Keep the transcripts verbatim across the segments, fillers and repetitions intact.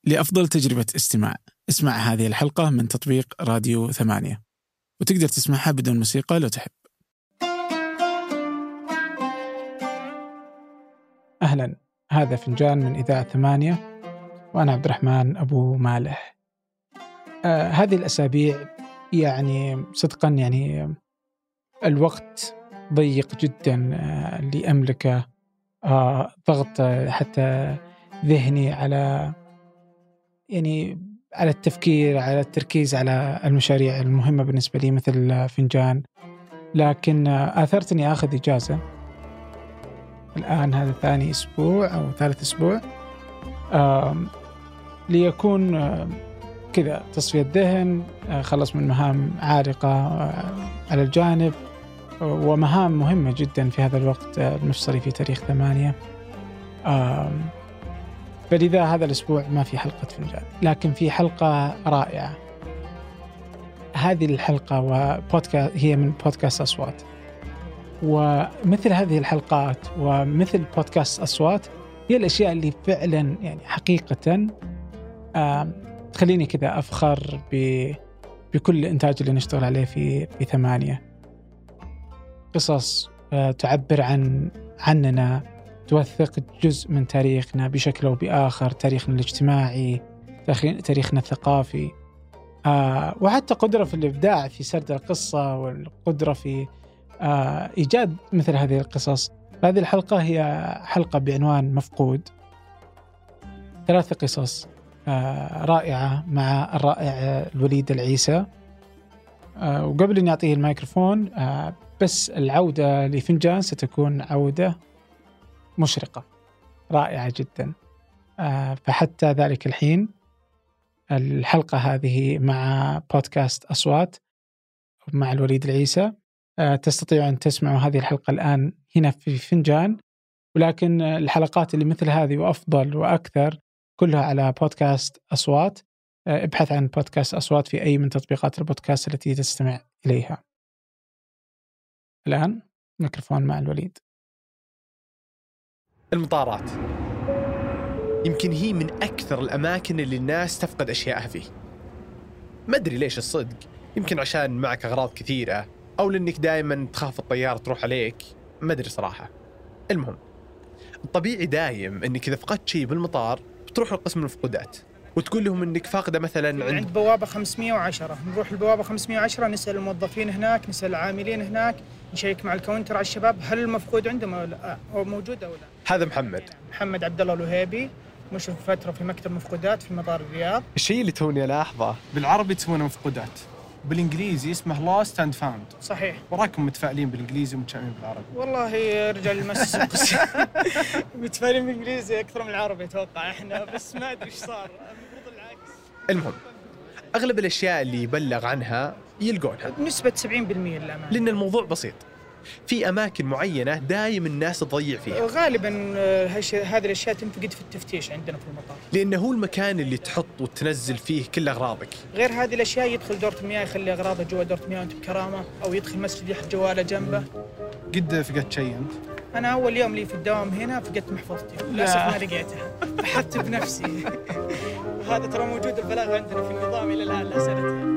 لأفضل تجربة استماع. اسمع هذه الحلقة من تطبيق راديو ثمانية، وتقدر تسمعها بدون موسيقى لو تحب. أهلا، هذا فنجان من إذاعة ثمانية، وأنا عبد الرحمن أبو مالح. آه هذه الأسابيع يعني صدقا يعني الوقت ضيق جدا آه اللي أملكه، آه ضغط حتى ذهني على يعني على التفكير، على التركيز على المشاريع المهمة بالنسبة لي مثل فنجان. لكن آثرت أني أخذ إجازة الآن، هذا ثاني أسبوع أو ثالث أسبوع، ليكون كذا تصفية ذهن، خلص من مهام عارقة على الجانب ومهام مهمة جدا في هذا الوقت المفصلي في تاريخ ثمانية. فلذا هذا الأسبوع ما في حلقة فنجان، لكن في حلقة رائعة. هذه الحلقة وبودكاست هي من بودكاست أصوات، ومثل هذه الحلقات ومثل بودكاست أصوات هي الأشياء اللي فعلا يعني حقيقة تخليني كذا أفخر بكل الإنتاج اللي نشتغل عليه في في ثمانية. قصص تعبر عن عننا، توثق جزء من تاريخنا بشكل أو بآخر، تاريخنا الاجتماعي، تاريخنا الثقافي، آه وحتى قدرة في الإبداع في سرد القصة، والقدرة في آه إيجاد مثل هذه القصص. هذه الحلقة هي حلقة بعنوان مفقود، ثلاثة قصص آه رائعة مع الرائع الوليد العيسى. آه وقبل أن أعطيه الميكروفون، آه بس العودة لفنجان ستكون عودة مشرقة رائعة جدا. آه فحتى ذلك الحين الحلقة هذه مع بودكاست أصوات مع الوليد العيسى. آه تستطيع أن تسمعوا هذه الحلقة الآن هنا في فنجان، ولكن الحلقات اللي مثل هذه وأفضل وأكثر كلها على بودكاست أصوات. آه ابحث عن بودكاست أصوات في أي من تطبيقات البودكاست التي تستمع إليها. الآن ميكروفون مع الوليد. المطارات يمكن هي من أكثر الأماكن اللي الناس تفقد أشياءها فيه. ما أدري ليش الصدق، يمكن عشان معك أغراض كثيرة، أو لأنك دائما تخاف الطيارة تروح عليك، ما أدري صراحة. المهم، الطبيعي دايم أنك إذا فقدت شيء بالمطار بتروح لقسم المفقودات وتقول لهم أنك فاقدة مثلا عند, عند بوابة خمسمية وعشرة. نروح البوابة خمسمية وعشرة، نسأل الموظفين هناك، نسأل العاملين هناك، نشيك مع الكاونتر على الشباب هل المفقود عندهم أو لا، هو موجود أو لا. هذا محمد محمد عبد الله الوهيبي، مشرف فترة في مكتب مفقودات في مطار الرياض. الشيء اللي توني ألاحظه بالعربي تسمونه مفقودات، بالإنجليزي اسمه lost and found. صحيح. وراكم متفائلين بالإنجليزي ومتشائمين بالعربي؟ والله يرجع للمؤسس القدسي. متفائلين بالإنجليزي أكثر من العربي أتوقع إحنا، بس ما أدري إيش صار، المفروض العكس. المهم، أغلب الأشياء اللي يبلغ عنها يلقونها نسبة سبعين بالمئة للأمانة، لأن الموضوع بسيط. في أماكن معينة دايم الناس تضيع فيها. غالباً هذه الأشياء تنفقد في التفتيش عندنا في المطار، لأنه هو المكان اللي تحط وتنزل فيه كل أغراضك. غير هذه الأشياء يدخل دورة المياه يخلي أغراضه جوا دورة المياه وأنت بكرامة، أو يدخل مسجد يحط جواله جنبه. قد فقدت شيء أنت؟ أنا أول يوم لي في الدوام هنا فقدت محفظتي، للأسف ما لقيتها، بحثت بنفسي. وهذا ترى موجود البلاغ عندنا في النظام إلى الآن لا سنتين.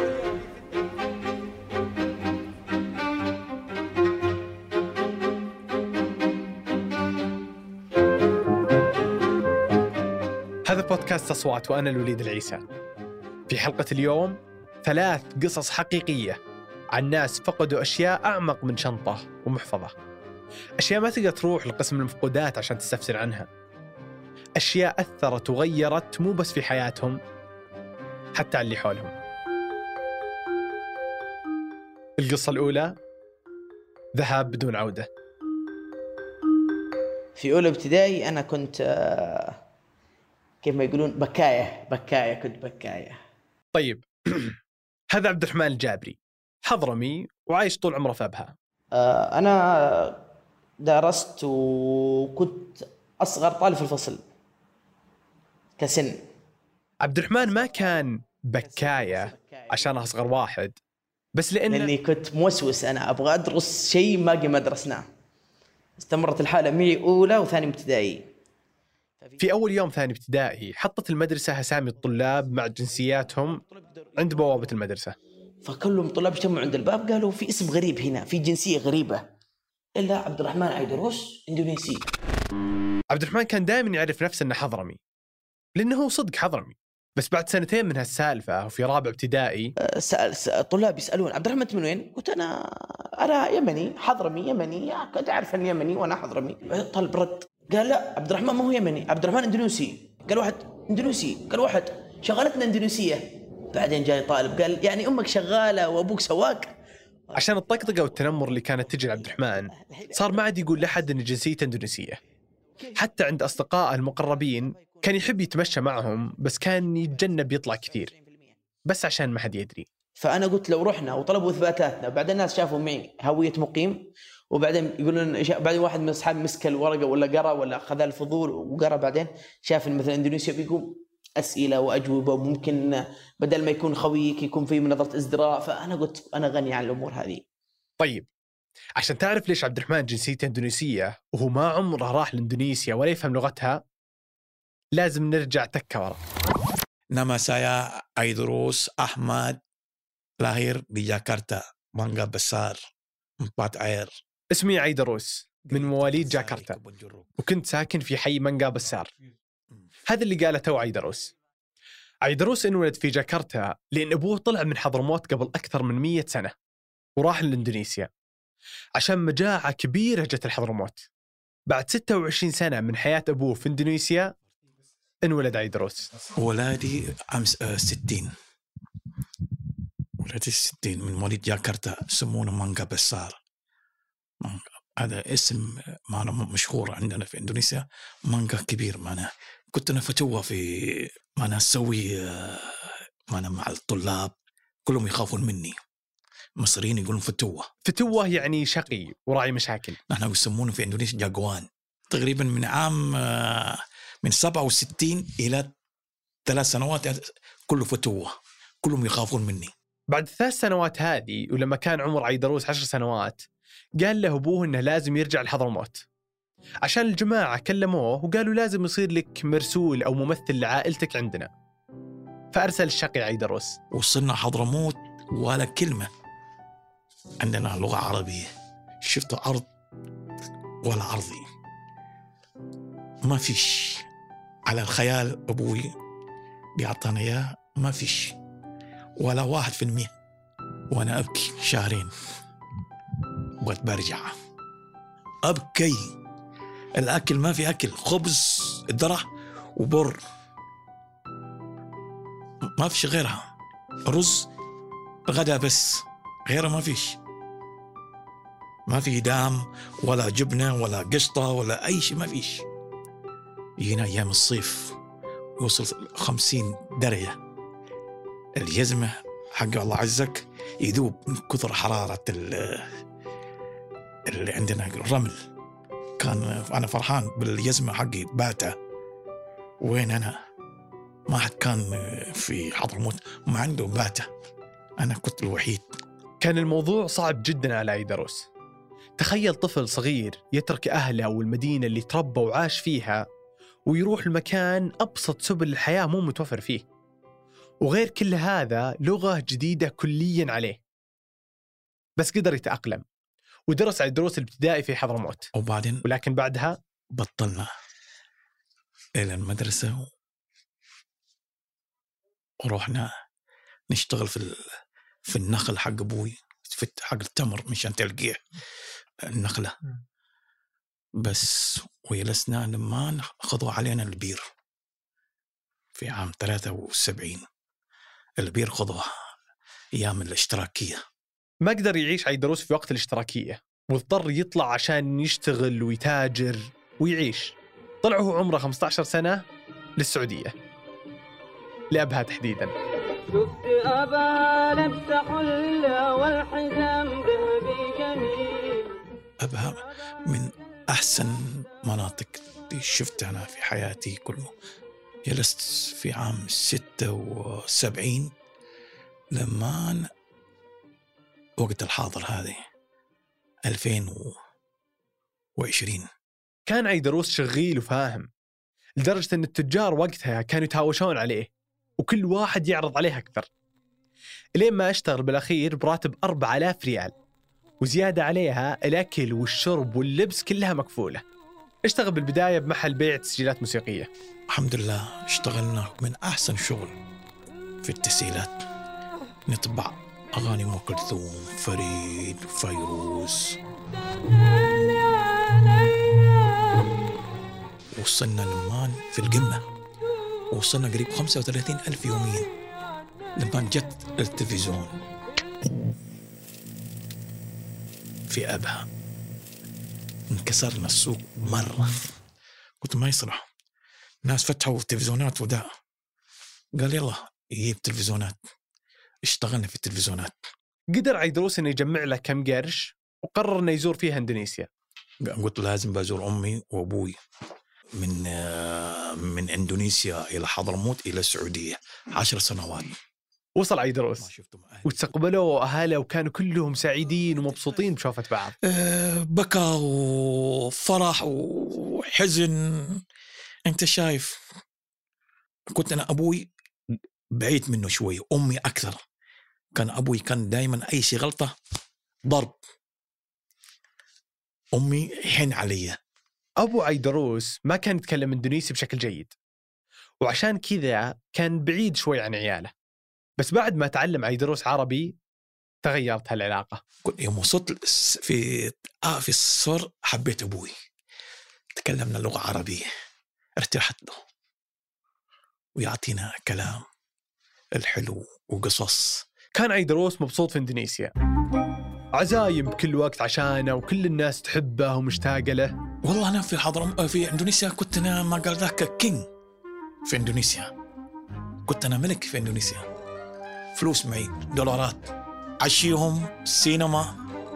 هذا بودكاست أصوات وأنا الوليد العيسى. في حلقة اليوم ثلاث قصص حقيقية عن ناس فقدوا أشياء أعمق من شنطة ومحفظة، أشياء ما تقدر تروح لقسم المفقودات عشان تستفسر عنها، أشياء أثرت وغيرت مو بس في حياتهم، حتى على اللي حولهم. القصة الأولى، ذهاب بدون عودة. في أولى ابتدائي أنا كنت كيف ما يقولون بكاية بكاية كنت بكاية. طيب هذا عبد الرحمن الجابري، حضرمي وعايش طول عمره في أبها. أنا درست وكنت أصغر طالب في الفصل كسن. عبد الرحمن ما كان بكاية عشان أصغر واحد، بس لأن لأني كنت موسوس، أنا أبغى أدرس شيء ما قم درسناه. استمرت الحالة معي أولى وثاني ابتدائي. في أول يوم ثاني ابتدائي حطت المدرسة أسامي الطلاب مع جنسياتهم عند بوابة المدرسة. فكلهم طلاب اجتمعوا عند الباب قالوا في اسم غريب هنا، في جنسية غريبة، إلا عبد الرحمن عيدروس إندونيسي. عبد الرحمن كان دائما يعرف نفسه أنه حضرمي لأنه هو صدق حضرمي، بس بعد سنتين من هالسالفة وفي رابع ابتدائي سأل الطلاب يسألون عبد الرحمن من وين؟ قلت أنا أنا يمني حضرمي يمني، كنت أعرف أن يمني وأنا حضرمي. طالب رد قال لا عبد الرحمن ما هو يمني، عبد الرحمن إندونيسي. قال واحد إندونيسي، قال واحد شغلتنا إندونيسية. بعدين جاي طالب قال يعني أمك شغالة وأبوك سواق. عشان الطقطقة والتنمر اللي كانت تجي لعبد الرحمن صار ما عاد يقول لحد أن جنسيته إندونيسية. حتى عند أصدقائه المقربين كان يحب يتمشى معهم، بس كان يتجنب يطلع كثير بس عشان ما حد يدري. فأنا قلت لو رحنا وطلبوا إثباتاتنا بعدين الناس شافوا معي هوية مقيم، وبعدين يقولون بعدين واحد من أصحاب مسك الورقة ولا قرأ ولا أخذ الفضول وقرأ، بعدين شاف إن مثلا إندونيسيا بيقوم أسئلة وأجوبة، ممكن بدل ما يكون خويك يكون فيه نظرة ازدراء. فأنا قلت أنا غني عن الأمور هذه. طيب عشان تعرف ليش عبد الرحمن جنسيته إندونيسية وهو ما عمره راح لإندونيسيا ولا يفهم لغتها، لازم نرجع تكة ورا. Nama saya Aidrus Ahmad, lahir di Jakarta, Mangga Besar, Empat Air. اسمي عيدروس، من مواليد جاكرتا، وكنت ساكن في حي منقا بسار. هذا اللي قاله تو عيدروس. عيدروس انولد في جاكرتا لأن أبوه طلع من حضرموت قبل أكثر من مية سنة وراح لإندونيسيا عشان مجاعة كبيرة جت الحضرموت. بعد ستة وعشرين سنة من حياة أبوه في إندونيسيا انولد عيدروس. ولادي عام ستين، ولادي ستين من مواليد جاكرتا، يسمونه مانجا بسار. هذا اسم معنا مشهور عندنا في إندونيسيا، مانجا كبير. معنا كنت أنا فتوة في معنا أسوي معنا مع الطلاب كلهم يخافون مني، مصريين يقولون فتوة. فتوة يعني شقي وراعي مشاكل. نحن يسمونه في إندونيسيا جاغوان. تقريبا من عام من سبعة وستين إلى ثلاث سنوات كله فتوة، كلهم يخافون مني. بعد ثلاث سنوات هذه ولما كان عمر عيدروس عشر سنوات قال له أبوه إنه لازم يرجع الحضرموت عشان الجماعة كلموه وقالوا لازم يصير لك مرسول أو ممثل لعائلتك عندنا. فأرسل الشقي عيدروس. وصلنا حضرموت ولا كلمة عندنا لغة عربية. شفت أرض ولا عرضي، ما فيش. على الخيال أبوي بيعطانا إياه ما فيش ولا واحد في المية. وأنا أبكي شهرين بغيت برجع أبكي. الأكل ما في أكل، خبز درع وبر، ما فيش غيرها، رز غدا بس، غيرها ما فيش. ما في دام ولا جبنة ولا قشطة ولا أي شيء، ما فيش. يجينا أيام الصيف يوصل خمسين درجة، الجزمة حق الله عزك يذوب من كثر حرارة اللي عندنا الرمل. كان أنا فرحان بالجزمة حقي باتا. وين أنا؟ ما حد كان في حضرموت ما عنده باتا، أنا كنت الوحيد. كان الموضوع صعب جدا على عيدروس. تخيل طفل صغير يترك أهله والمدينة اللي تربى وعاش فيها ويروح المكان أبسط سبل الحياة مو متوفر فيه، وغير كل هذا لغة جديدة كليا عليه. بس قدر يتأقلم ودرس عيدروس الابتدائي في حضرموت. وبعدين ولكن بعدها بطلنا إلى المدرسة ورحنا نشتغل في في النخل حق أبوي، في حق التمر مشان تلقيه النخلة. بس ويلسنا لما خذوا علينا البير في عام ثلاثة وسبعين. البير خذوه أيام الاشتراكية. ما قدر يعيش عيدروس في وقت الاشتراكية واضطر يطلع عشان يشتغل ويتاجر ويعيش. طلع هو عمره خمسة عشر سنة للسعودية، لأبها تحديداً. شفت أبا لبس حلة والحزام ذهبي جميل. أبها من أحسن مناطق شفتها أنا في حياتي كله. جلست في عام ستة وسبعين لما وقت الحاضر هذه ألفين وعشرين. كان عيدروس شغيل وفاهم، لدرجة أن التجار وقتها كانوا يتهاوشون عليه وكل واحد يعرض عليه أكثر، لين ما اشتغل بالأخير براتب أربعة آلاف ريال، وزيادة عليها الأكل والشرب واللبس كلها مكفولة. اشتغل بالبداية بمحل بيع تسجيلات موسيقية. الحمد لله اشتغلنا من أحسن شغل في التسجيلات، نطبع أغاني أم كلثوم، فريد، فيروز. وصلنا لمان في القمة، وصلنا قريب خمسة وثلاثين ألف يوميا لما جت التلفزيون في أبها. انكسرنا السوق مرة، قلت ما يصلح، ناس فتحوا تلفزيونات ودا، قال يلا يجيب تلفزيونات. اشتغلنا في التلفزيونات. قدر عيدروس انه يجمع له كم قرش وقرر انه يزور فيها اندونيسيا. قلت لازم بزور امي وابوي من من اندونيسيا الى حضرموت الى السعوديه عشر سنوات. وصل عيدروس وتقبلوا اهله وكانوا كلهم سعيدين ومبسوطين بشوفة بعض. أه بكى وفرح وحزن. انت شايف، كنت انا ابوي بعيد منه شوي، امي اكثر. كان ابوي كان دائما اي شيء غلطه ضرب، امي حن علي. ابو عيدروس ما كان يتكلم اندونيسي بشكل جيد، وعشان كذا كان بعيد شوي عن عياله. بس بعد ما تعلم عيدروس عربي تغيرت هالعلاقه. يوم وصلت في آه في الصور حبيت ابوي، تكلمنا لغه عربيه، ارتحت له ويعطينا كلام الحلو وقصص. كان عيدروس مبسوط في اندونيسيا، عزايم بكل وقت عشانه وكل الناس تحبه ومشتاقه له. والله انا في حضرم في اندونيسيا كنت انا ما قال ذاك كينج في اندونيسيا، كنت انا ملك في اندونيسيا. فلوس معي دولارات، عشيهم سينما،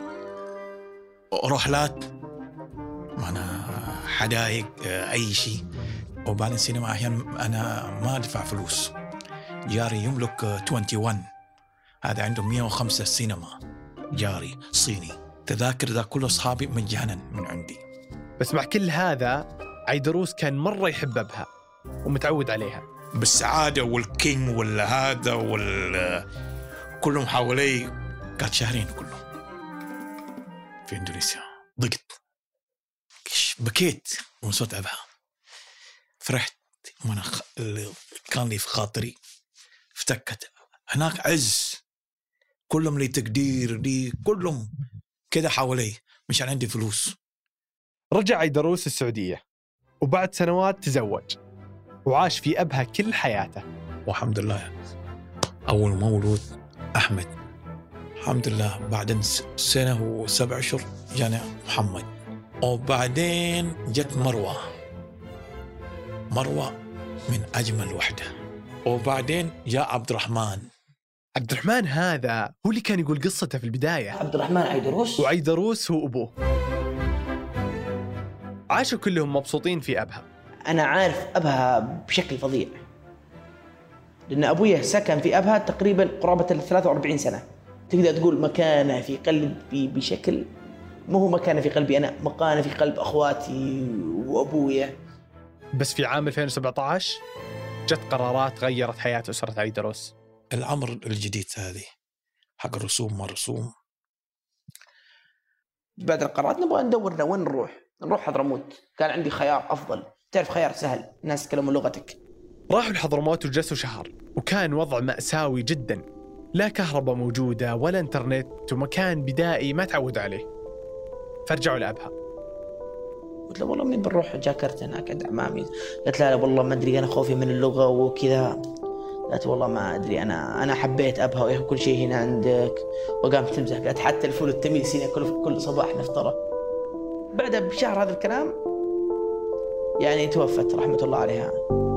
رحلات، معنا حدائق، اي شيء. وبعدين سينما احيانا انا ما ادفع فلوس، جاري يملك واحد وعشرين، هذا عنده مئة وخمسة سينما، جاري صيني. تذاكر ذا كل اصحابي مجانا من عندي. بس مع كل هذا عيدروس كان مره يحب أبها ومتعود عليها. بالسعاده والكينج والهذا وال كلهم حوالي. قعدت شهرين كلهم في اندونيسيا، ضقت، بكيت من صوت أبها، فرحت وانا خ... اللي كان لي في خاطري افتكت. هناك عز، كلهم لي تقدير، لي كلهم كذا حوالي، مش عندي فلوس. رجع عيدروس السعودية وبعد سنوات تزوج وعاش في أبها كل حياته. والحمد لله أول مولود أحمد، الحمد لله. بعدين سنة وسبع أشهر جانا محمد، وبعدين جت مروة. مروة من أجمل وحدة. وبعدين جاء عبد الرحمن. عبد الرحمن هذا هو اللي كان يقول قصته في البداية. عبد الرحمن عيدروس، وعيدروس هو أبوه. عاشوا كلهم مبسوطين في أبها. أنا عارف أبها بشكل فظيع، لأن أبويا سكن في أبها تقريبا قرابة ثلاثة وأربعين سنة. تقدر تقول مكانه في قلبي بشكل، ما هو مكانه في قلبي أنا، مكانه في قلب أخواتي وأبويا. بس في عام ألفين وسبعة عشر جت قرارات غيرت حياة أسرة عيدروس. الأمر الجديد هذه حق الرسوم ما رسوم. بعد القرارات نبغى ندور وين نروح. نروح حضرموت، كان عندي خيار أفضل، تعرف خيار سهل، الناس يتكلمون لغتك. راحوا لحضرموت وجلسوا شهر، وكان وضع مأساوي جدا، لا كهرباء موجودة ولا انترنت، ومكان بدائي ما تعودوا عليه. فرجعوا لأبها. قلت له والله مني بنروح جاكرتا هناك عند عمامي. قلت لا لا والله ما أدري، أنا خوفي من اللغة وكذا. قالت والله ما أدري، أنا أنا حبيت أبها وكل شيء هنا عندك. وقامت تمزح، قالت حتى الفول التميس هنا كل كل صباح نفطره. بعدها بشهر هذا الكلام يعني توفت رحمة الله عليها.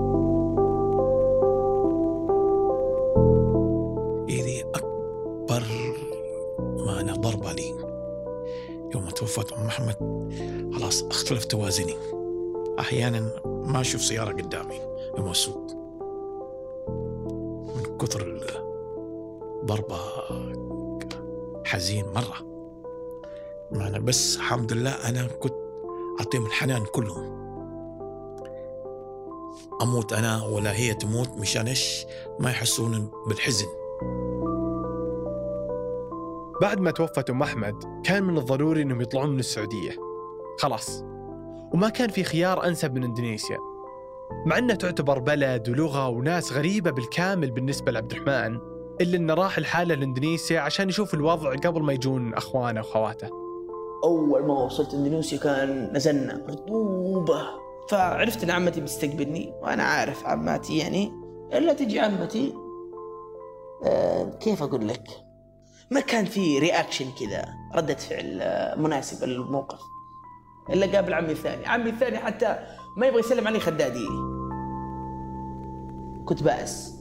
إذا أكبر ما أنا ضربة لي يوم توفت أم أحمد، خلاص اختلف توازني. أحيانا ما أشوف سيارة قدامي يوم أسوق من كثر الضربة، حزين مرة. معنا بس الحمد لله أنا كنت أعطيهم الحنان كلهم. أموت أنا ولا هي تموت، مشان إيش ما يحسون بالحزن. بعد ما توفت أم أحمد كان من الضروري أنهم يطلعون من السعودية خلاص، وما كان في خيار أنسب من إندونيسيا، مع أنها تعتبر بلد ولغة وناس غريبة بالكامل بالنسبة لعبد الرحمن، إلا أنه راح الحالة لإندونيسيا عشان يشوف الوضع قبل ما يجون أخوانه وخواته. أول ما وصلت إندونيسيا كان نزلنا رطوبة، فعرفت أن عمتي بتستقبلني، وأنا عارف عمتي يعني إلا تجي عمتي أه كيف أقول لك، ما كان في رياكشن كذا، ردة فعل مناسبة للموقف، إلا قابل عمي الثاني. عمي الثاني حتى ما يبغى يسلم علي خدادي، كنت بائس،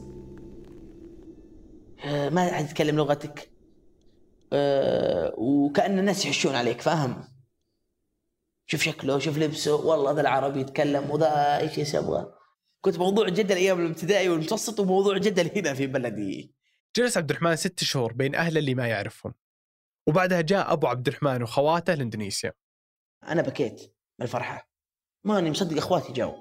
أه ما عاد يتكلم لغتك، أه وكأن الناس يحشون عليك، فاهم؟ شوف شكله، شوف لبسه، والله ذا العربي يتكلم وذا ايش يسوى. كنت موضوع جدا ايام الابتدائي والمتوسط، وموضوع جدا هنا في بلدي. جلس عبد الرحمن ست شهور بين أهله اللي ما يعرفهم، وبعدها جاء أبو عبد الرحمن وخواته لإندونيسيا. أنا بكيت من الفرحة، ماني مصدق أخواتي جاوا،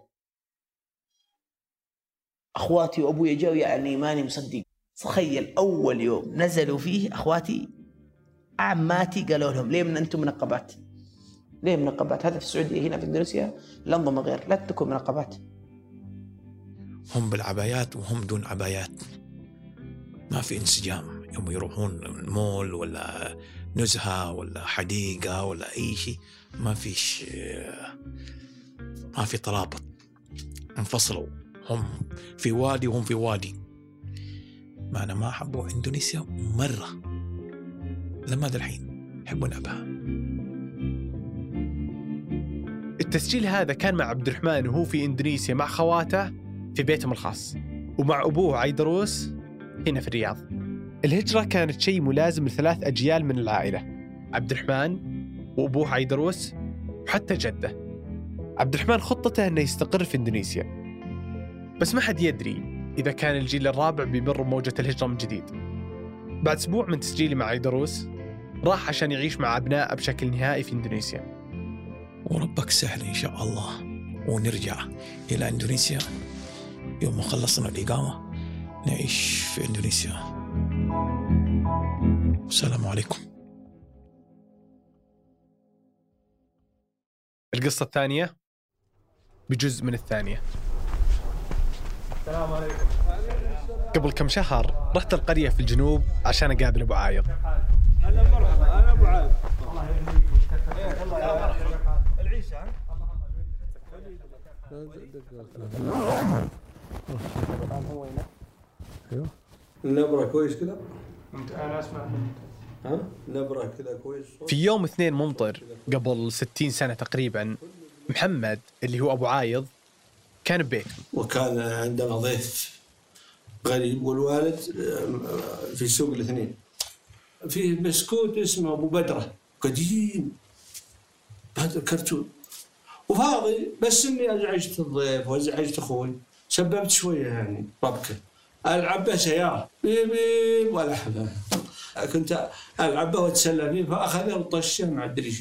أخواتي وأبوي جاوا، يعني ماني مصدق. تخيل أول يوم نزلوا فيه أخواتي عماتي قالوا لهم ليه من أنتم منقبات؟ ليه منقبات؟ هذا في السعودية، هنا في إندونيسيا الأنظمة غير، لا تكون منقبات. هم بالعبايات وهم دون عبايات، ما في انسجام. يوم يروحون المول ولا نزهة ولا حديقة ولا أي شيء، ما فيش، ما في ترابط، انفصلوا، هم في وادي وهم في وادي. ما أنا ما أحبوا إندونيسيا مرة، لما ذا الحين يحبون أبها. التسجيل هذا كان مع عبد الرحمن وهو في إندونيسيا مع خواته في بيتهم الخاص، ومع أبوه عيدروس هنا في الرياض. الهجرة كانت شيء ملازم لثلاث أجيال من العائلة، عبد الرحمن وأبوه عيدروس وحتى جده. عبد الرحمن خطته أنه يستقر في إندونيسيا، بس ما حد يدري إذا كان الجيل الرابع بيمر بموجة الهجرة من جديد. بعد أسبوع من تسجيلي مع عيدروس راح عشان يعيش مع أبنائه بشكل نهائي في إندونيسيا. وربك سهل إن شاء الله، ونرجع إلى إندونيسيا يوم ما خلصنا الإقامة، نعيش في إندونيسيا. السلام عليكم. القصة الثانية بجزء من الثانية. السلام عليكم. قبل كم شهر رحت القرية في الجنوب عشان أقابل أبو عايض. أهلا مرحبا. أنا أبو عايض. الله يهديك. الله يبارك. العيشة. ايوه النبرة كويس كذا. انا اسمع. ها نبرة كذا كويس. في يوم اثنين ممطر قبل ستين سنة تقريبا، محمد اللي هو أبو عايض كان ببيته، وكان عندنا ضيف غريب، والوالد في سوق الاثنين. فيه بسكوت اسمه أبو بدرة قديم، هذا كرتون وفاضي، بس إني أزعجت الضيف وأزعجت أخوي، سببت شوية يعني ربكة. ألعب به سيارة بيبي ولا حبة، كنت ألعب به وأتسلى فيه، فأخذه وطشه مع الدريشة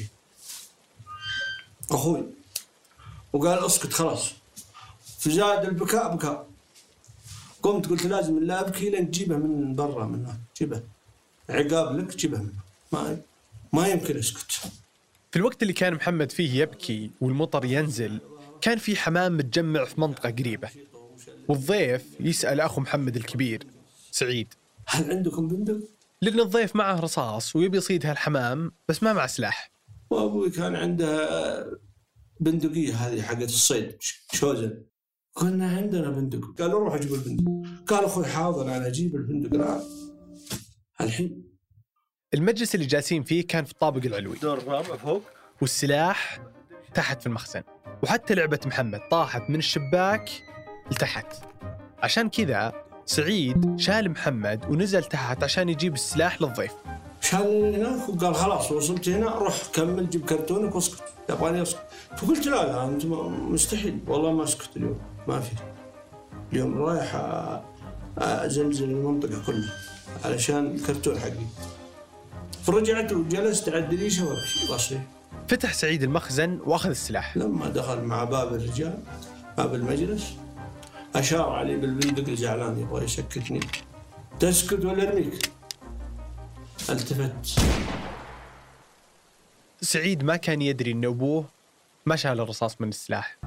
أخوي، وقال أسكت خلاص، فزاد البكاء بكاء. قمت قلت لازم لا أبكي لين تجيبه من برا منه، جيبه عقاب لك، جيبه منه، ما ما يمكن أسكت. في الوقت اللي كان محمد فيه يبكي والمطر ينزل، كان في حمام متجمع في منطقة قريبة، والضيف يسأل أخو محمد الكبير سعيد هل عندكم بندق؟ لأن الضيف معه رصاص ويبي يصيد هالحمام بس ما معه سلاح. وأبوي كان عنده بندقية هذه حقت الصيد شوزن، قلنا عندنا بندق، قالوا روح أجيب البندق، قال أخوي حاضر أنا أجيب البندق الآن. الحين المجلس اللي جالسين فيه كان في الطابق العلوي، دور الرابع فوق، والسلاح تحت في المخزن، وحتى لعبة محمد طاحت من الشباك لتحت. عشان كذا سعيد شال محمد ونزل تحت عشان يجيب السلاح للضيف. شال هناك وقال خلاص وصلت هنا، روح كمل جيب كرتونك واسكت، يبغاني اسكت. فقلت لا لا انت مستحيل والله ما اسكت اليوم، ما في. اليوم رايح ازلزل المنطقة كلها علشان الكرتون حقي. فرجعت وجلست على الدريشة وابكي واصلي. فتح سعيد المخزن واخذ السلاح. لما دخل مع باب الرجال باب المجلس أشار علي بالبندق زعلان يبغى يسكتني. تسكت ولا أرميك؟ التفت. سعيد ما كان يدري أن أبوه ما شال الرصاص من السلاح.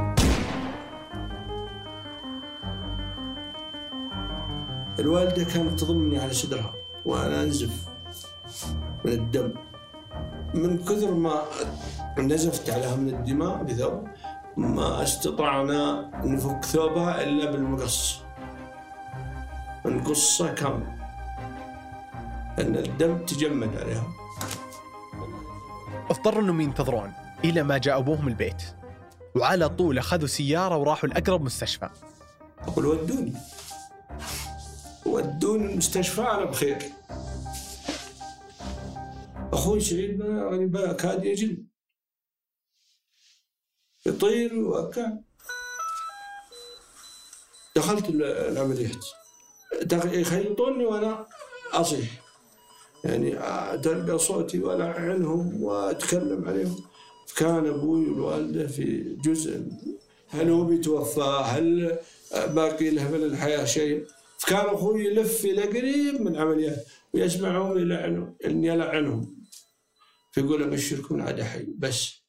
الوالدة كانت تضمني على صدرها وأنا أنزف من الدم، من كثر ما نزفت عليها من الدماء بثوب ما استطعنا نفك ثوبها إلا بالمقص، نقصها كامل أن الدم تجمد عليها. اضطروا أنهم ينتظرون إلى ما جاء أبوهم البيت، وعلى طول أخذوا سيارة وراحوا لأقرب مستشفى. أقول ودوني ودوني المستشفى أنا بخير. أخوي سعيد يعني كاد يجن يطير وأكل. دخلت العمليات يخيطوني وأنا أصيح، يعني تلقى صوتي وألعنهم وأتكلم عليهم. كان أبوي والوالدة في جزء، هل هو بيتوفى، هل باقي له من الحياة شيء. فكان أخوي يلف إلى قريب من عمليات ويسمعهم يلعنوا، إني يلعنهم، فيقول أبشركم عاد حي. بس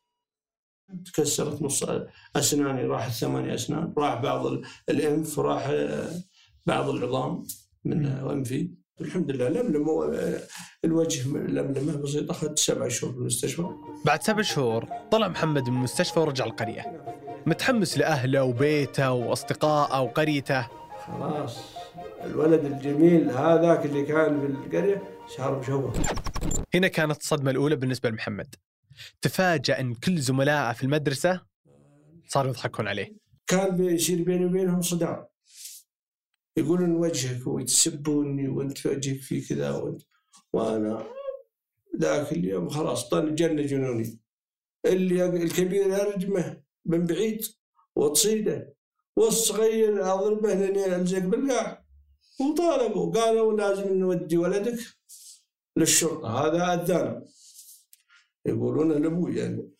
تكسرت نص أسناني، راحت ثمانية أسنان، راح بعض الأنف، راح بعض العظام من أنفي. الحمد لله لملم الوجه لملمة بسيطة. أخذت سبع شهور في المستشفى. بعد سبع شهور طلع محمد من المستشفى ورجع القرية، متحمس لأهله وبيته وأصدقائه وقريته. خلاص الولد الجميل هذاك اللي كان في القرية صار مشوه. هنا كانت الصدمة الأولى بالنسبة لمحمد. تفاجأ أن كل زملائه في المدرسة صاروا يضحكون عليه. كان بيصير بيني وبينهم صدام، يقولون وجهك ويتسبوني وانت وجهك في كذا وانت. وانا ذاك اليوم خلاص طال جنة جنوني. اللي الكبير ارجمه من بعيد وتصيده، والصغير اضربه لين امسك بالقاع. وطالبوا قالوا لازم نودي ولدك للشرطة، هذا أذانا. يقولون لأبوي يعني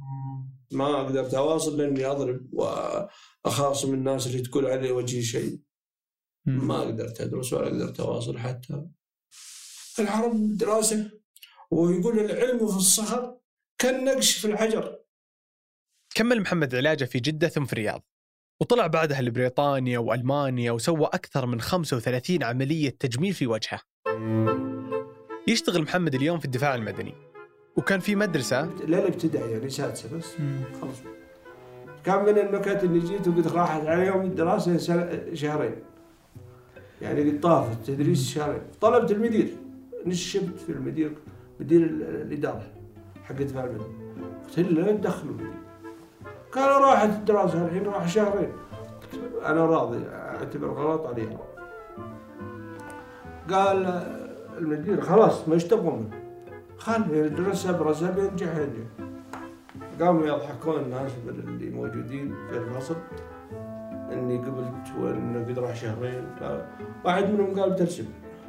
ما أقدر أتواصل لأني أضرب وأخاصم الناس اللي تقول عليه وجهي شيء. ما قدرت أدرس ولا قدرت أواصل حتى الحرب الدراسة. ويقول العلم في الصخر كالنقش في الحجر. كمل محمد علاجه في جدة ثم في الرياض، وطلع بعدها لبريطانيا وألمانيا وسوى أكثر من خمسة وثلاثين عملية تجميل في وجهه. يشتغل محمد اليوم في الدفاع المدني، وكان في مدرسة لا الابتدائي يعني سادسة بس خلص. كان من النكات اللي جيت وقلت راحت عليهم الدراسة شهرين، يعني قد طافت تدريس شهرين. طلبت المدير، نشبت في المدير مدير الإدارة حق الدفاع المدني، قلت له لا تدخلوا المدير. قالوا راحت الدراسة الحين راح شهرين. أنا راضي، أعتبر غلط عليهم. قال المدير خلاص ما يشتغلون منه، خليه يدرس برزه بينجح ينجح. قاموا يضحكون الناس اللي موجودين في الفصل اني قبلت وانه قد راح شهرين. واحد منهم قال بترسم،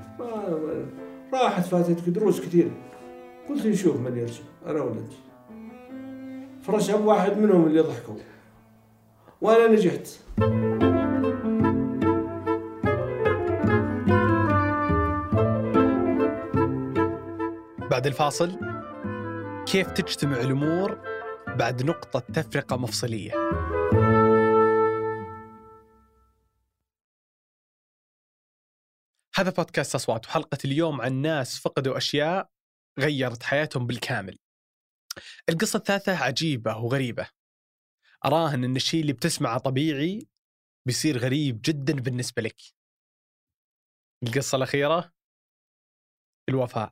راحت فاتتك دروس كثير. قلت نشوف من يرسم انا ولا انت. فرسم واحد منهم اللي ضحكوا وانا نجحت. بعد الفاصل كيف تجتمع الأمور بعد نقطة تفرقة مفصلية. هذا بودكاست أصوات، وحلقة اليوم عن ناس فقدوا أشياء غيرت حياتهم بالكامل. القصة الثالثة عجيبة وغريبة. أراهن أن الشيء اللي بتسمعه طبيعي بيصير غريب جدا بالنسبة لك. القصة الأخيرة الوفاء.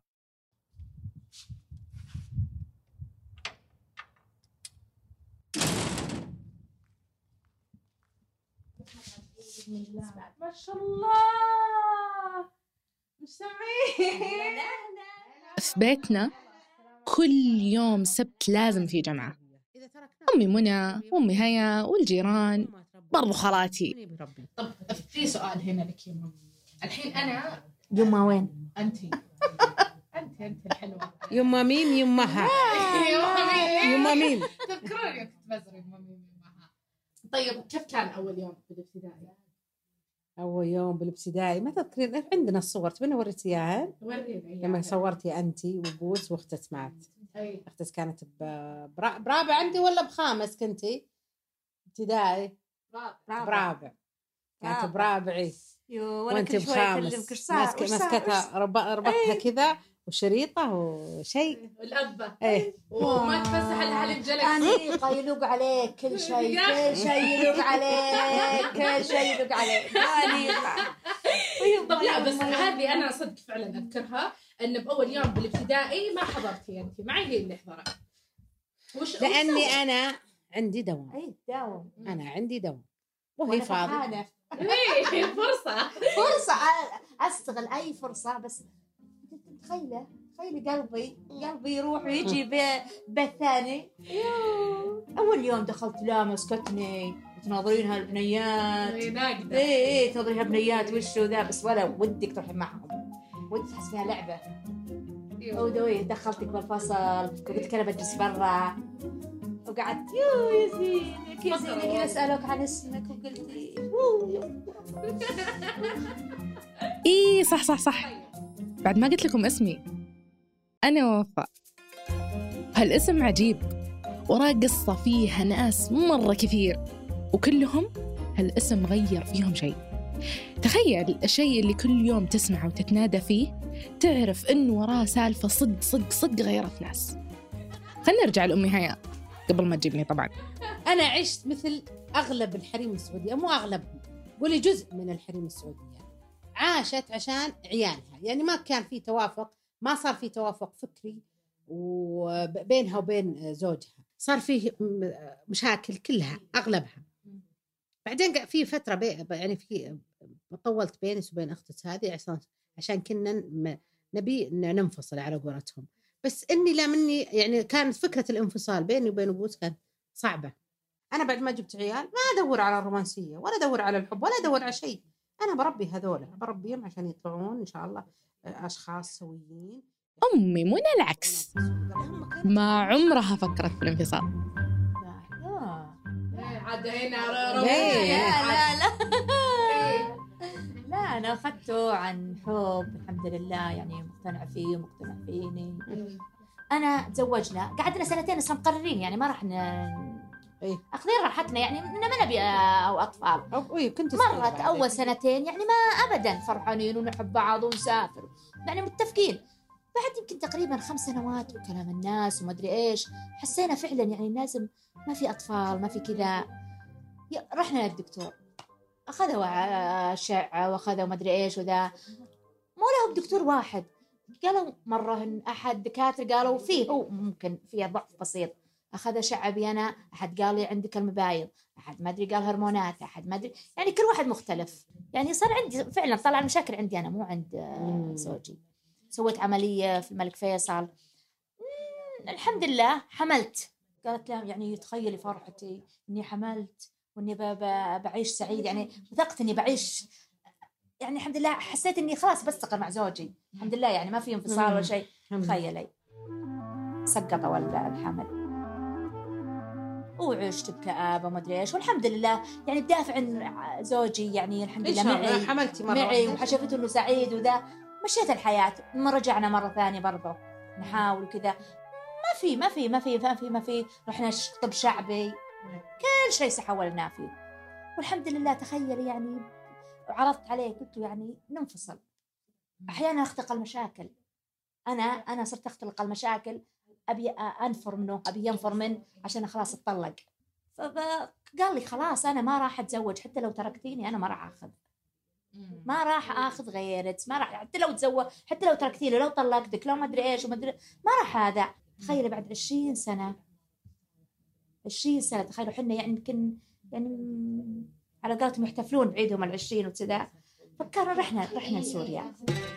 ما شاء الله مستمعين. في بيتنا كل يوم سبت لازم في جمعة. أمي منى وأمي هيا والجيران برضو خالاتي. طب في سؤال هنا لك يا ماما، الحين أنا يما وين؟ أنتي أنت أنت الحلوة. يما ميم يمها يما ميم يما ميم تذكروني كنت بزر يما ميم يمها. طيب كيف كان أول يوم بالابتدائي؟ أول يوم بالابتدائي ما تذكرين عندنا الصور تبين وريتي إياها وريني لما صورتي أنتي وبوز واختك معك. أي اختك كانت برابع عندي ولا بخامس كنتي ابتدائي؟ رابع برابع كانت برابعي وانت بخامس ماسكه مسكتها ربطها كذا وشريطه وشيء والأبة ايه وما تفسح لها الجلك. أنا يلوق عليك كل شيء كل شيء يلوق عليك كل شيء يلوق عليك. طب لا بس هذه أنا صدق فعلا أذكرها أن بأول يوم بالابتدائي ما حضرتي أنت معي هي اللي حضرت. وش لأني أنا عندي دوام. أي دوام. أنا عندي دوام وهي فاضية. إيه فرصة فرصة أستغل أي فرصة. بس تخيله تخيلي قلبي قلبي يروح ويجي بيت ثاني. أول يوم دخلت لا مسكتني تناظرين هالبنيات. ناقدة إيه إيه تناظرين هالبنيات وشو ذا بس ولا ودك تروحي معهم ودك تحس فيها لعبة. ودوي دخلتك بالفصل وقلت أنا بجلس برا وقعدت يو يا زينك يا زينك أسألك عن اسمك وقلتي إيه صح صح صح بعد ما قلت لكم اسمي أنا وفاء. هالاسم عجيب وراه قصة فيها ناس مرة كثير وكلهم هالاسم غير فيهم شيء. تخيل الشيء اللي كل يوم تسمعه وتتنادى فيه تعرف إنه وراه سالفة صدق صدق صدق غيرت ناس. خلنا نرجع لأمي هيا قبل ما تجيبني. طبعا أنا عشت مثل أغلب الحريم السعودية مو أغلبهم قولي جزء من الحريم السعودية عاشت عشان عيالها يعني ما كان في توافق ما صار في توافق فكري وبينها وبين زوجها صار فيه مشاكل كلها أغلبها. بعدين في فترة بي يعني في طولت بيني وبين أختي هذه عشان عشان كنا نبي ننفصل على قولتهم. بس إني لا مني يعني كانت فكرة الانفصال بيني وبين أبوس كانت صعبة. أنا بعد ما جبت عيال ما أدور على الرومانسية ولا أدور على الحب ولا أدور على شيء. أنا بربي هذولا بربيهم عشان يطلعون إن شاء الله أشخاص سويين. أمي منى العكس ما عمرها فكرت في الانفصال. عاد هنا لا لا لا لا أنا أخذته عن حب الحمد لله يعني مقتنع فيه ومقتنع فيني. أنا تزوجنا قعدنا سنتين بس مقررين يعني ما راح ن... إيه؟ أخذين راحتنا يعني ما نبي أو أطفال. أو إيه كنت مرت أول سنتين يعني ما أبداً فرحانين ونحب بعض ونسافر يعني متفقين. بعد يمكن تقريباً خمس سنوات وكلام الناس وما أدري إيش حسينا فعلاً يعني لازم ما في أطفال ما في كذا. رحنا للدكتور أخذوا أشعة وأخذوا ما أدري إيش وذا مو لهم دكتور واحد. قالوا مرة أحد دكاترة قالوا فيه هو ممكن فيه ضعف بسيط أخذ أشعة بي أنا أحد قال لي عندك المبايض أحد ما أدري قال هرمونات أحد ما أدري يعني كل واحد مختلف. يعني صار عندي فعلا طلع المشاكل عندي أنا مو عند زوجي. سويت عملية في الملك فيصل الحمد لله حملت. قالت لهم يعني تخيلي فرحتي إني حملت وإني بعيش سعيد يعني وثقت إني بعيش يعني الحمد لله حسيت إني خلاص بستقر مع زوجي الحمد لله يعني ما في انفصال ولا شيء. تخيلي سقطوا الحمل وعشت بكآبة ما أدري إيش والحمد لله يعني بدافع عن زوجي يعني الحمد لله معي حملتي مرة معي وحشفته إنه سعيد وذا مشيت الحياة. ما رجعنا مرة ثانية برضه نحاول وكذا ما في ما في ما في ما في ما في رحنا طب شعبي كل شيء سحولنا فيه والحمد لله. تخيل يعني عرضت عليه قلت له يعني ننفصل. أحيانا أختلق المشاكل أنا أنا صرت أختلق المشاكل أبي أنفر منه أبي ينفر منه عشان خلاص اتطلق. فقال لي خلاص أنا ما راح أتزوج حتى لو تركتيني أنا ما راح أخذ ما راح أخذ غيرك ما راح حتى لو تزوج حتى لو تركتيني لو طلقتك لو ما أدري إيش وما أدري ما راح هذا. تخيلي بعد عشرين سنة عشرين سنة تخيلوا حنا يعني يمكن يعني على قولتهم يحتفلون بعيدهم العشرين وكذا. فكرنا رحنا رحنا لسوريا.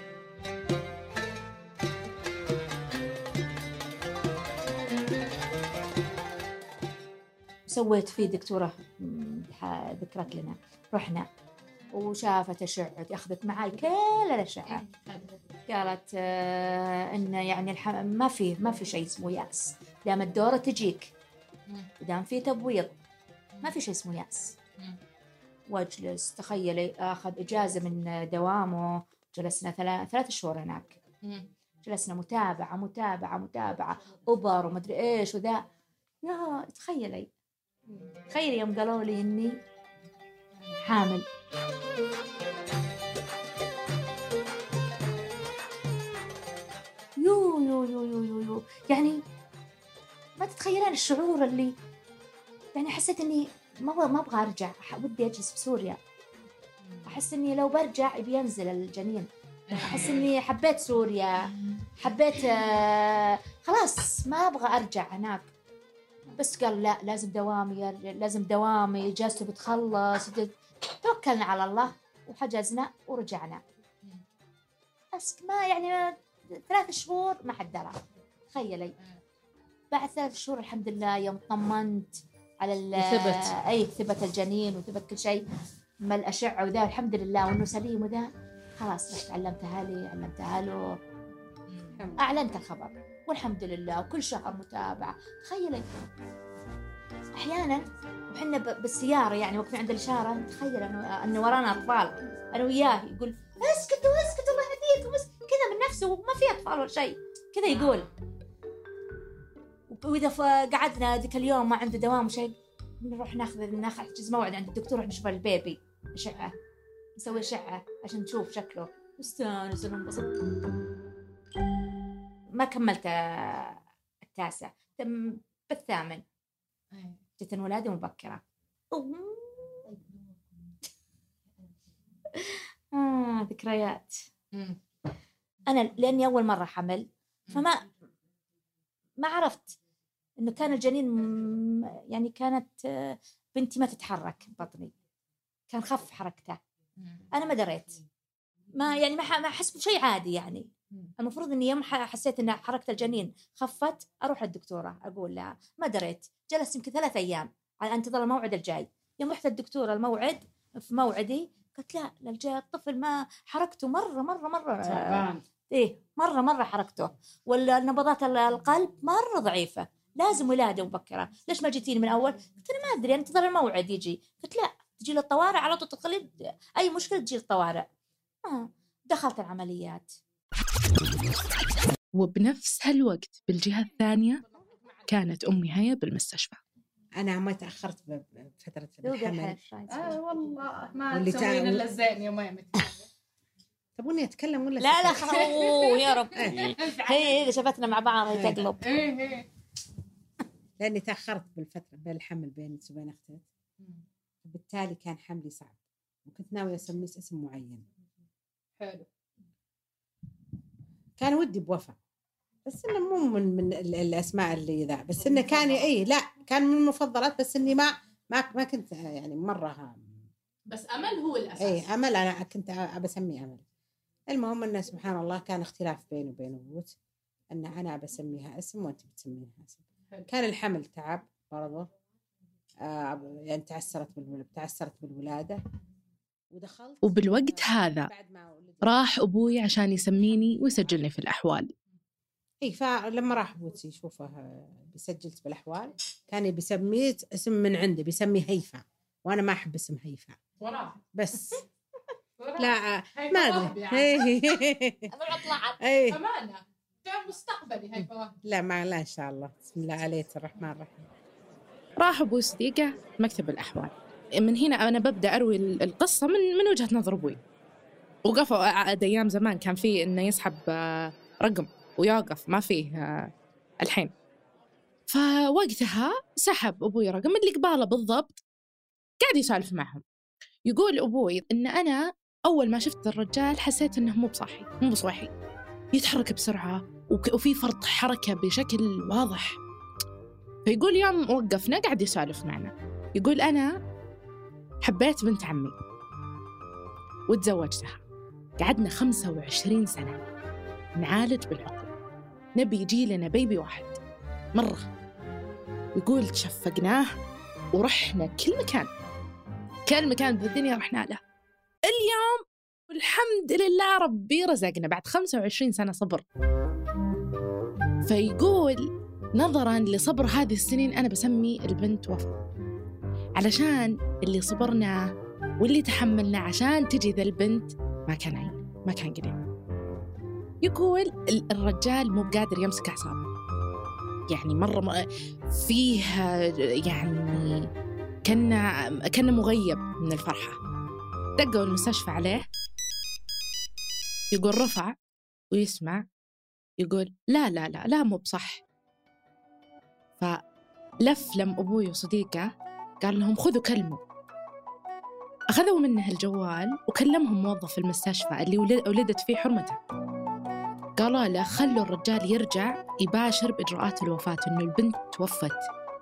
سويت فيه دكتورة ذكرت لنا رحنا وشافت أشعة أخذت معي كل الأشعة قالت آه إن يعني الح... ما في ما في شيء اسمه يأس دام الدورة تجيك ودام في تبويض ما في شيء اسمه يأس. واجلس، تخيلي اخذ اجازه من دوامه، جلسنا ثلاث ثلاث شهور هناك. جلسنا متابعه متابعه متابعه اوبر ومدري ايش وذا. يا تخيلي تخيلي يوم قالوا لي اني حامل، يو يو يو يو يو, يو. يعني ما تتخيلين الشعور اللي يعني حسيت اني ما ما ابغى ارجع، ودي اجلس بسوريا. احس اني لو برجع يبي ينزل الجنين. احس اني حبيت سوريا، حبيت آه خلاص ما ابغى ارجع هناك. بس قال لا لازم دوامي، لازم دوامي، اجازتي بتخلص. توكلنا على الله وحجزنا ورجعنا. بس ما يعني ثلاث شهور ما حد درى. تخيلي بعد ثلاث شهور الحمد لله يوم طمنت على ثبت اي ثبت الجنين وثبت كل شيء ما الاشعه وذا الحمد لله وانه سليم وذا، خلاص رحت علمتها لي علمتها له، اعلنت الخبر والحمد لله. وكل شهر متابعه. تخيلي احيانا وحنا بالسياره يعني واقفين عند الاشاره، تخيل انه انه ورانا اطفال انا وياه، يقول اسكتوا اسكتوا الله يهديكم كذا من نفسه وما في اطفال ولا شيء كذا يقول. وإذا قعدنا ذيك اليوم ما عنده دوام وشيء، نروح ناخذ ناخذ حجز موعد عند الدكتور، نروح نشوف البيبي أشعة، نسوي أشعة عشان نشوف شكله، نستانس وننبسط. ما كملت التاسع، تم بالثامن جت الولادة مبكرة. آه ذكريات. أنا لأني أول مرة حمل فما ما عرفت إنه كان الجنين يعني كانت بنتي ما تتحرك بطني، كان خف حركته. أنا ما دريت، ما يعني ما ما أحس بشيء عادي يعني. المفروض إني يوم حسيت إن حركة الجنين خفت أروح للدكتورة أقول لها، ما دريت. جلست يمكن ثلاث أيام على أنتظر الموعد الجاي. يوم رحت الدكتورة الموعد في موعدي قلت لا للجاي الطفل ما حركته مرة مرة مرة تعبان. إيه مرة مرة حركته، ولا نبضات القلب مرة ضعيفة، لازم ولادة مبكرة. ليش ما جيتيني من أول؟ قلت أنا ما أدري أنتظر الموعد يجي. قلت لا تجي للطوارئ على طول، تدخلي أي مشكلة تجي للطوارئ. آه. دخلت العمليات. وبنفس هالوقت بالجهة الثانية كانت أمي هيا بالمستشفى. أنا ما تأخرت بفترة الحمل. آه والله ما واللي تسوين تعمل- إلا الزين يوم ما تبوني أتكلم ولا لا لا سكت؟ خلاص يا رب. هي إذا شفتنا مع بعض هي تقلب. لأني تأخرت بالفترة بين الحمل بين وبين أختي، بالتالي كان حملي صعب وكنت ناوية أسميه اسم معين. حلو. كان ودي بوفاء بس إنه مو من من ال- الأسماء اللي ذا، بس إنه كان إيه لا كان من المفضلات، بس إني ما ما ما كنت يعني مرة. بس أمل هو الأساس. إيه أمل، أنا كنت أبى أسمي أمل. المهم إنه سبحان الله كان اختلاف بيني وبين أبوت، أن أنا بسميها اسم وأنت بتسميها اسم. كان الحمل تعب برضه، آه يعني تعسرت بالولادة تعسرت بالولادة ودخلت. وبالوقت هذا راح أبوي عشان يسميني ويسجلني في الأحوال. إيه فلما راح أبوتي يشوفه بسجلت بالأحوال كان بيسميه اسم من عنده، بيسمي هيفا، وأنا ما أحب اسم هيفا وراه بس لا هاي ما فواهب أدري. يعني. طلعت إيه أمانة تعب مستقبلي هاي فواهب. لا ما لا إن شاء الله. بسم الله عليك الرحمن الرحيم. راح أبوي صديقه مكتب الأحوال. من هنا أنا ببدأ أروي القصة من من وجهة نظر أبوي. وقفوا عاد أيام زمان كان فيه إنه يسحب رقم ويوقف، ما فيه الحين. فوقتها سحب أبوي رقم اللي قباله بالضبط، قاعد يسولف معهم. يقول أبوي إن أنا أول ما شفت الرجال حسيت إنه مو بصحي مو بصحي، يتحرك بسرعة وفي فرط حركة بشكل واضح. فيقول يوم وقفنا قاعد يسولف معنا، يقول أنا حبيت بنت عمي وتزوجتها، قعدنا خمسة وعشرين سنة نعالج بالعقل، نبي يجي لنا بيبي واحد مرة. يقول تشفقناه ورحنا كل مكان كل مكان بالدنيا رحنا له. اليوم والحمد لله ربي رزقنا بعد خمسة وعشرين سنة صبر. فيقول نظراً لصبر هذه السنين أنا بسمي البنت وفاء. علشان اللي صبرناه واللي تحملنا عشان تجي ذا البنت ما كان عين، ما كان قليل. يقول الرجال مو بقادر يمسك أعصابه، يعني مرة فيه يعني كنا كنا مغيب من الفرحة. دقوا المستشفى عليه، يقول رفع ويسمع، يقول لا لا لا لا مو بصح. فلف لم أبوي وصديقه قال لهم خذوا كلموا. أخذوا منه الجوال وكلمهم موظف المستشفى اللي ولدت فيه حرمته، قالوا له خلوا الرجال يرجع يباشر بإجراءات الوفاة، إنه البنت توفت.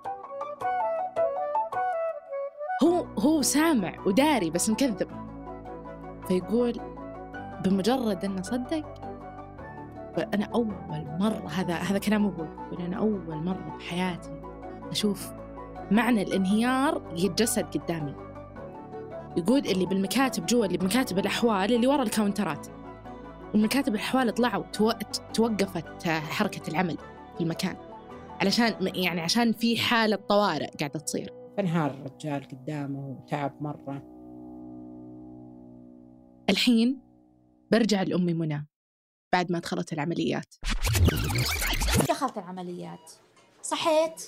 هو هو سامع وداري بس مكذب. فيقول بمجرد أنه صدق، أنا أول مرة، هذا هذا كلام أبوي، يقول أنا أول مرة بحياتي أشوف معنى الانهيار يتجسد قدامي. يقول اللي بالمكاتب جوا، اللي بمكاتب الأحوال اللي ورا الكاونترات، والمكاتب الأحوال طلعوا توقفت حركة العمل في المكان علشان يعني عشان في حالة طوارئ قاعدة تصير. فانهار الرجال قدامه وتعب مرة. الحين برجع لأمي منى بعد ما دخلت العمليات. دخلت العمليات صحيت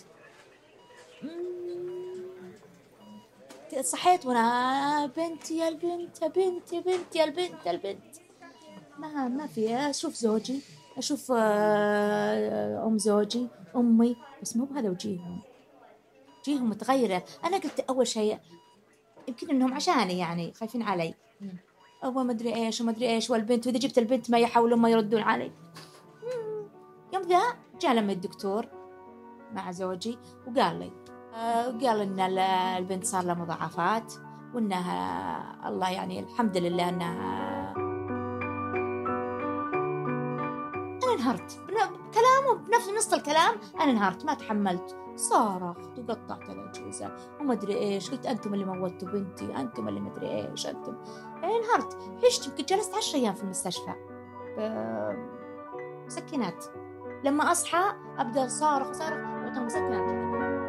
صحيت وانا بنتي يا البنت يا بنت يا بنت يا البنت يا البنت. ما ما في اشوف زوجي، اشوف ام زوجي امي، بس مو بهذا وجيههم، وجيههم متغيره. انا قلت اول شيء يمكن انهم عشاني يعني خايفين علي او ما ادري ايش وما ادري ايش، والبنت واذا جبت البنت ما يحاولون ما يردون علي. يوم ذا جاء لما الدكتور مع زوجي وقال لي آه قال ان البنت صار لها مضاعفات، وانها الله يعني الحمد لله انها. انا انهرت كلامه بنفس نص الكلام، انا انهرت ما تحملت، صارخت وقطعت الاجهزه وما ادري ايش، قلت انتم اللي موتوا بنتي، انتم اللي ما ادري ايش، انتم يعني انهرت. عشت يمكن جلست عشر ايام في المستشفى مسكنات، لما اصحى ابدا صارخ صارخ واعطيهم مسكنات.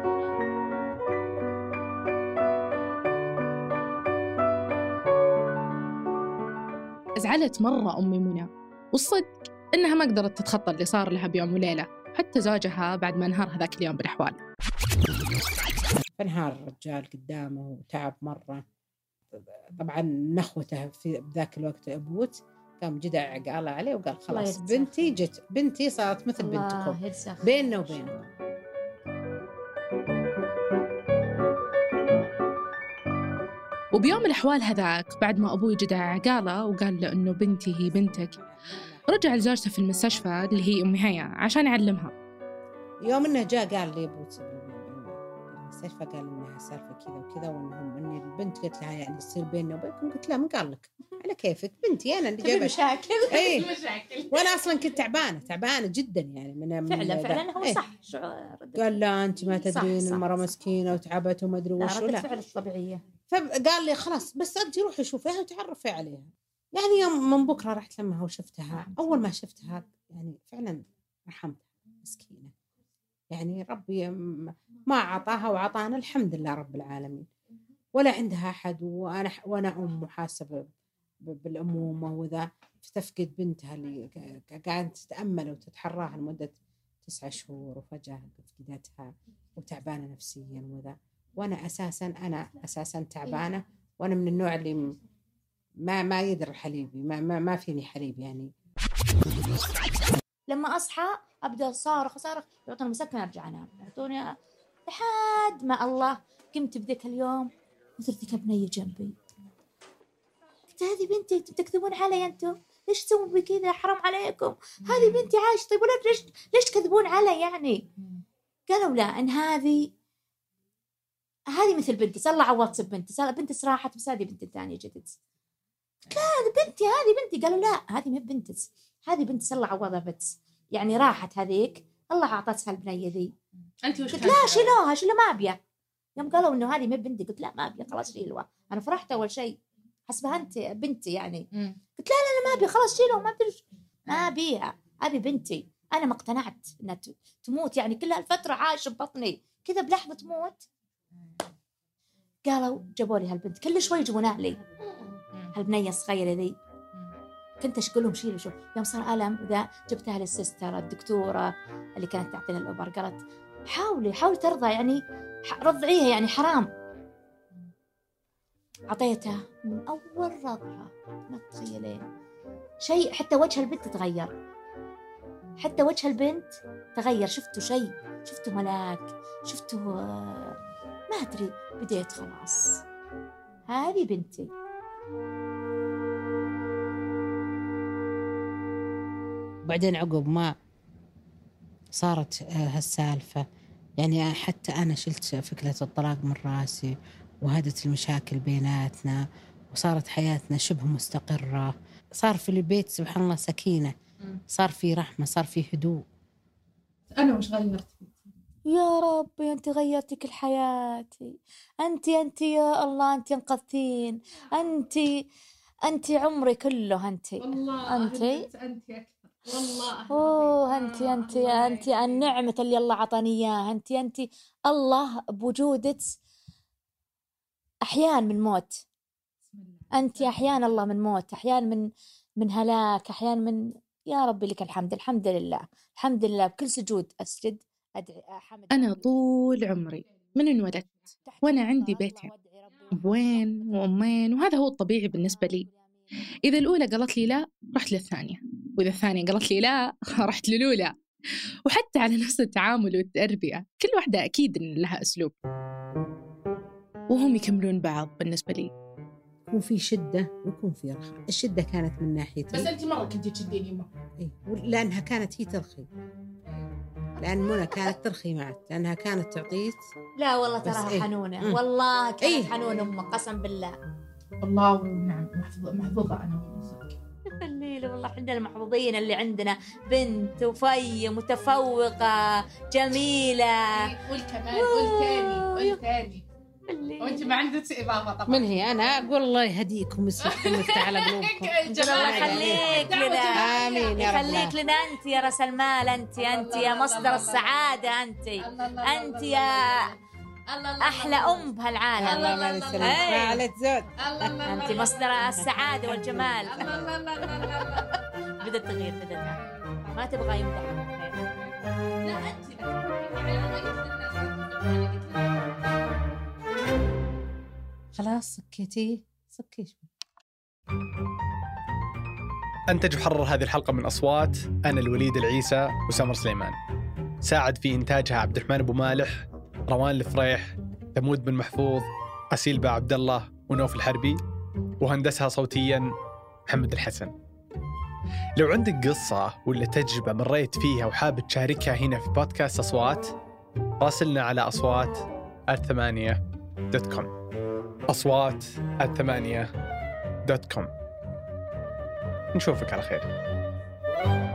زعلت مرة أمي منى، والصدق إنها ما قدرت تتخطى اللي صار لها بيوم وليلة، حتى زوجها بعد ما انهار هذاك اليوم بالأحوال. فانهار الرجال قدامه وتعب مرة. طبعا نخوته في ذاك الوقت أبوت قام جدع قال عليه وقال خلاص بنتي جت، بنتي صارت مثل بنتكم بيننا وبينكم. وبيوم الأحوال هذاك بعد ما أبوي جدع قاله وقال له إنه بنتي هي بنتك، رجع لزوجته في المستشفى اللي هي أم هيا عشان يعلمها. يوم إنه جاء قال لي أبوي بالمستشفى قال إنها سالفة كذا وكذا، وإنهم إن البنت قلت لها يعني تصير بيننا وبينكم. قلت لا من قال لك على كيفك بنتي أنا اللي جابت مشاكل. إيه مشاكل. وأنا أصلا كنت تعبانة تعبانة جدا يعني من فعلا فعلا هو إيه. صح. قال لا أنت ما تدرين المرة مسكينة وتعبت وما أدري وش. لا فعل الطبيعية. فقال لي خلاص بس أنت روحي شوفيها وتعرفي عليها. يعني يوم من بكرة رحت لمها وشفتها، أول ما شفتها يعني فعلا رحمتها مسكينة، يعني ربي ما عطاها وعطانا الحمد لله رب العالمين، ولا عندها أحد، وأنا وأنا أم محاسبة بالأمومة وذا، فتفقد بنتها اللي قاعدة تتأمل وتتحراها لمدة تسعة شهور وفجأة فقدتها وتعبانة نفسيا وذا. وأنا أساسا أنا أساسا تعبانة، وأنا من النوع اللي ما ما يدر حليبي، ما ما ما فيني حليب يعني. لما أصحى أبدأ صارخ صارخ يعطوني مسكن أرجع أنام، يعطوني لحد ما الله قمت بذاك اليوم مثل ذيك بنية جنبي، قلت هذه بنتي تكذبون علي أنتم، ليش تسوون بكذا حرام عليكم، هذه بنتي عايشة. طيب ولا ليش ليش تكذبون علي يعني؟ قالوا لا إن هذه هذه مثل بنتي، صلى على واتساب بنتي، صار بنتي راحت بس هذه بنتي الثانية جدت. لا هذه بنتي هذه بنتي. قالوا لا هذه ما بنتي، هذه بنتي صلى على وضع بنتي، يعني راحت هذيك الله أعطتها البنية ذي. أنت وش قلت لا شيلوها شيلوا ما أبيها. يوم قالوا إنه هذه ما بنتي قلت لا ما أبيها خلاص شيلوها. أنا فرحت أول شيء حسبها أنت بنتي يعني. مم. قلت لا لا لا ما أبيها خلاص شيلوها ما أدري ما أبيها هذه بنتي. أنا ما اقتنعت إنها تموت يعني كل هالفترة عايشة ببطني كذا بلحظة تموت. قالوا جابوا لي هالبنت، كل شوي يجيبونها لي، هالبنية الصغيرة ذي. كنت أقول لهم شيلوا، شو يوم صار ألم ذا جبتها للسيستر الدكتورة اللي كانت تعطينا الأوبر، قالت حاولي حاولي ترضى، يعني رضعيها، يعني حرام. عطيتها من أول رضعة، ما تتخيلين شيء، حتى وجه البنت تغير، حتى وجه البنت تغير، شفتوا شيء، شفتوا ملاك، شفتوا ما أدري. بديت خلاص هذه بنتي. بعدين عقب ما صارت هالسالفة، يعني حتى أنا شلت فكرة الطلاق من راسي، وهدت المشاكل بيناتنا، وصارت حياتنا شبه مستقرة. صار في البيت سبحان الله سكينة، صار في رحمة، صار في هدوء. أنا وش غيرت؟ يا ربي أنت غيرتي كل حياتي، أنت أنت يا الله، أنت انقذتين، أنت أنت عمري كله، أنت والله أنت أنت أكثر والله. أوه أنت أنت أنت النعمة اللي الله عطاني إياها، أنت أنت الله بوجودك أحيان من موت، أنت أحيان الله من موت، أحيان من من هلاك، أحيان من، يا ربي لك الحمد، الحمد لله، الحمد لله. بكل سجود أسجد أدعي أحمد. أنا طول عمري من انولدت وأنا عندي بيتين، أبوين وأمين، وهذا هو الطبيعي بالنسبة لي. إذا الأولى قالت لي لا رحت للثانية، وإذا الثانية قالت لي لا رحت للأولى. وحتى على نفس التعامل والتربية، كل واحدة أكيد إن لها أسلوب، وهم يكملون بعض. بالنسبة لي يكون في شدة ويكون في رخاء. الشدة كانت من ناحيتي، بس أنت مرة كنتي تشديني يمه. إيه، لأنها كانت هي ترخي، لأن منى كانت ترخي معك، لأنها كانت تعطيك. لا والله تراها إيه؟ حنونة، مم. والله كانت إيه؟ حنونة أمك، قسم بالله. والله نعم، محظوظة أنا وصدق. خليلي والله، إحنا المحظوظين اللي عندنا بنت وفي متفوقة جميلة. قول كمان، قول تاني، قول تاني. وأنت ما عندك إضافة طبعا. من هي؟ أنا أقول الله يهديكم ويصلحكم ويفتح على قلوبكم. الله يخليك لنا، آمين يا رب. يخليك لنا أنت يا رأس المال، أنت أنت يا مصدر السعادة، أنت أنت يا أحلى أم بهالعالم. الله ما يسلمك، ما عليك زود. أنت مصدر السعادة والجمال. بدأ التغيير، بدأ ما تبغى يمدح. لا أنت خلاص سكيتي، سكي شوي. أنتج وحرر هذه الحلقة من أصوات أنا الوليد العيسى وسمر سليمان. ساعد في إنتاجها عبد الرحمن أبو مالح، روان الفريح، ثمود بن محفوظ، أسيل با عبد الله، ونوف الحربي، وهندسها صوتيا محمد الحسن. لو عندك قصة ولا تجربة مريت فيها وحابب تشاركها هنا في بودكاست أصوات، راسلنا على أصوات الثمانية دوت كوم. أصوات الثمانية دوت كوم. نشوفك على خير.